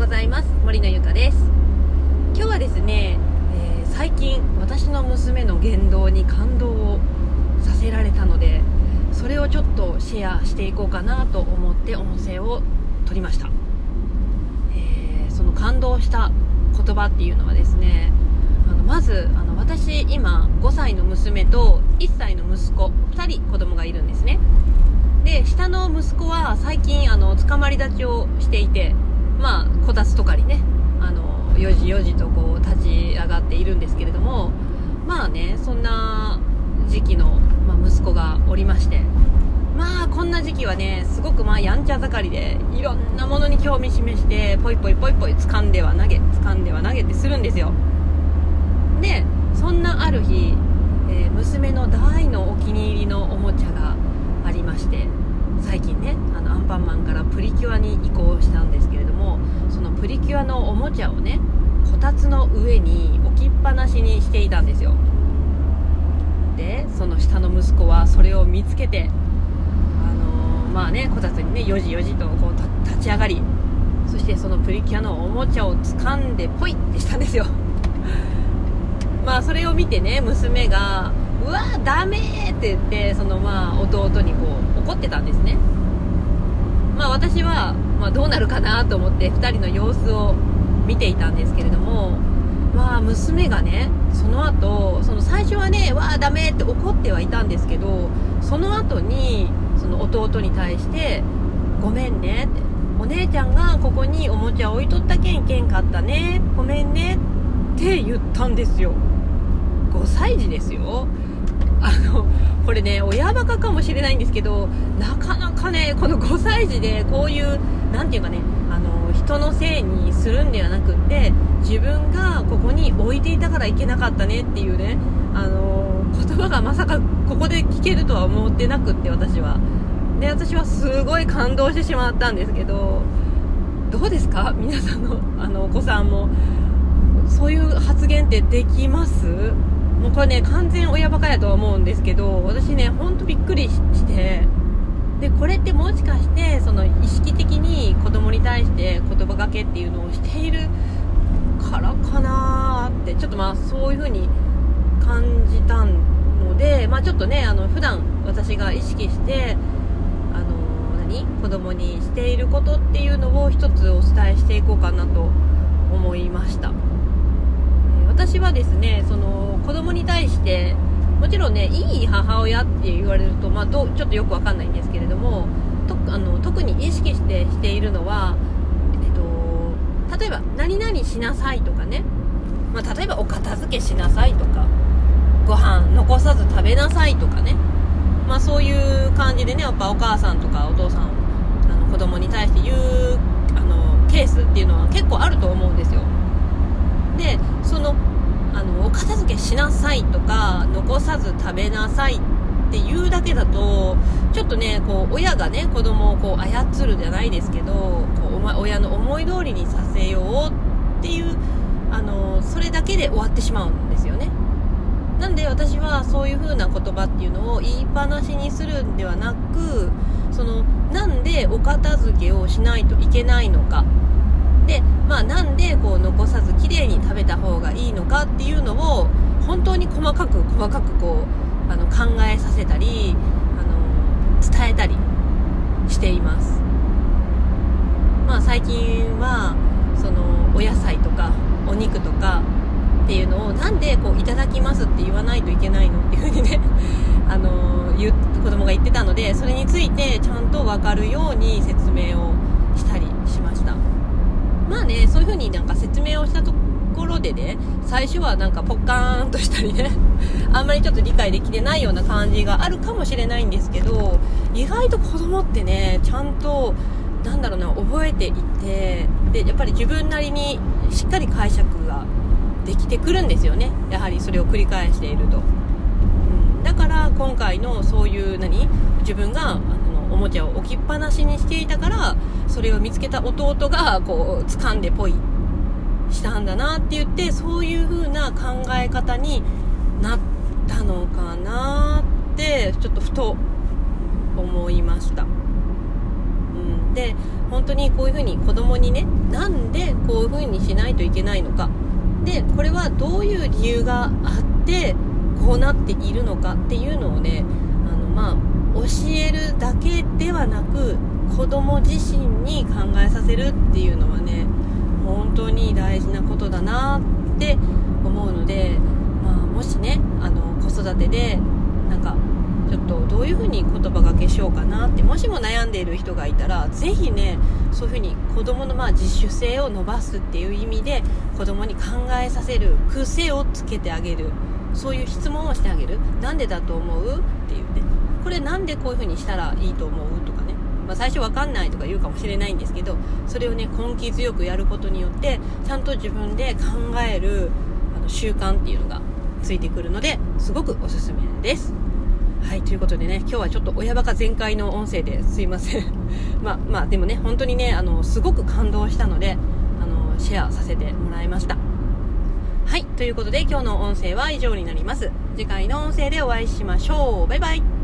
ざいます。森のゆかです。今日はですね、最近私の娘の言動に感動をさせられたので、それをちょっとシェアしていこうかなと思って音声を撮りました。その感動した言葉っていうのはですね、まず私今5歳の娘と1歳の息子2人子供がいるんですね。で、下の息子は最近捕まり立ちをしていて、こたつとかにねよじよじとこう立ち上がっているんですけれども、そんな時期の、息子がおりまして、こんな時期はねすごくやんちゃ盛りでいろんなものに興味示してポイポイポイポイ掴んでは投げってするんですよ。で、そんなある日、娘の大のお気に入りのおもちゃがありまして、最近ねアンパンマンからプリキュアに移行したんですけれども、そのプリキュアのおもちゃをねこたつの上に置きっぱなしにしていたんですよ。で、その下の息子はそれを見つけてこたつにねよじよじとこう立ち上がり、そしてそのプリキュアのおもちゃを掴んでポイってしたんですよ。それを見てね娘がうわーダメーって言ってその弟にこう怒ってたんですね。私はどうなるかなと思って2人の様子を見ていたんですけれども、娘がねその後最初はねわーダメって怒ってはいたんですけど、その後にその弟に対してごめんねって、お姉ちゃんがここにおもちゃ置いとったけん買ったね、ごめんねって言ったんですよ。5歳児ですよ。これね親バカかもしれないんですけど、なかなかねこの5歳児でこういうなんていうかね人のせいにするんではなくって、自分がここに置いていたからいけなかったねっていうね言葉がまさかここで聞けるとは思ってなくって、私はすごい感動してしまったんですけど、どうですか皆さんのお子さんもそういう発言ってできます？もうこれね完全親バカやとは思うんですけど、私ねほんとびっくりして、でこれってもしかしてその意識的に子供に対して言葉がけっていうのをしているからかなーって、ちょっとそういう風に感じたので、ちょっとね普段私が意識して子供にしていることっていうのを一つお伝えしていこうかなと思いました。私はですねその子供に対してもちろんねいい母親って言われると、ちょっとよくわかんないんですけれども、特に意識しているのは、例えば何々しなさいとかね、例えばお片付けしなさいとか、ご飯残さず食べなさいとかね、そういう感じでねやっぱお母さんとかお父さん子供に対して言うケースっていうのは結構あると思うんですよ。で、お片付けしなさいとか残さず食べなさいっていうだけだとちょっとねこう親がね子供をこう操るじゃないですけど、親の思い通りにさせようっていうそれだけで終わってしまうんですよね。なんで私はそういう風な言葉っていうのを言いっぱなしにするんではなく、なんでお片付けをしないといけないのかで、なんでこう残さずきれいに食べた方がいいのかっていうのを本当に細かくこう考えさせたり伝えたりしています。最近はお野菜とかお肉とかっていうのをなんでこういただきますって言わないといけないのっていう風にね子供が言ってたので、それについてちゃんと分かるように説明をしたりしました。そういう風に説明をしたところでね、最初はポッカーンとしたりねあんまりちょっと理解できてないような感じがあるかもしれないんですけど、意外と子供ってねちゃんと覚えていて、でやっぱり自分なりにしっかり解釈ができてくるんですよね。やはりそれを繰り返していると、だから今回のそういう自分がおもちゃを置きっぱなしにしていたから、それを見つけた弟がこう掴んでポイしたんだなって言って、そういう風な考え方になったのかなってちょっとふと思いました。 で本当にこういうふうに子供にね、なんでこういうふうにしないといけないのか、でこれはどういう理由があってこうなっているのかっていうのをね、教えるだけではなく子供自身に考えさせるっていうのはね、本当に大事なことだなって思うので、もしね子育てでなんかちょっとどういうふうに言葉がけしようかなって、もしも悩んでいる人がいたら、ぜひねそういうふうに子供の自主性を伸ばすっていう意味で子供に考えさせる癖をつけてあげる、そういう質問をしてあげる。なんでだと思うっていうね、これなんでこういうふうにしたらいいと思うとかね、最初わかんないとか言うかもしれないんですけど、それをね根気強くやることによってちゃんと自分で考える習慣っていうのがついてくるので、すごくおすすめです。はい、ということでね、今日はちょっと親バカ全開の音声ですいませんでもね本当にねすごく感動したのでシェアさせてもらいました。はい、ということで今日の音声は以上になります。次回の音声でお会いしましょう。バイバイ。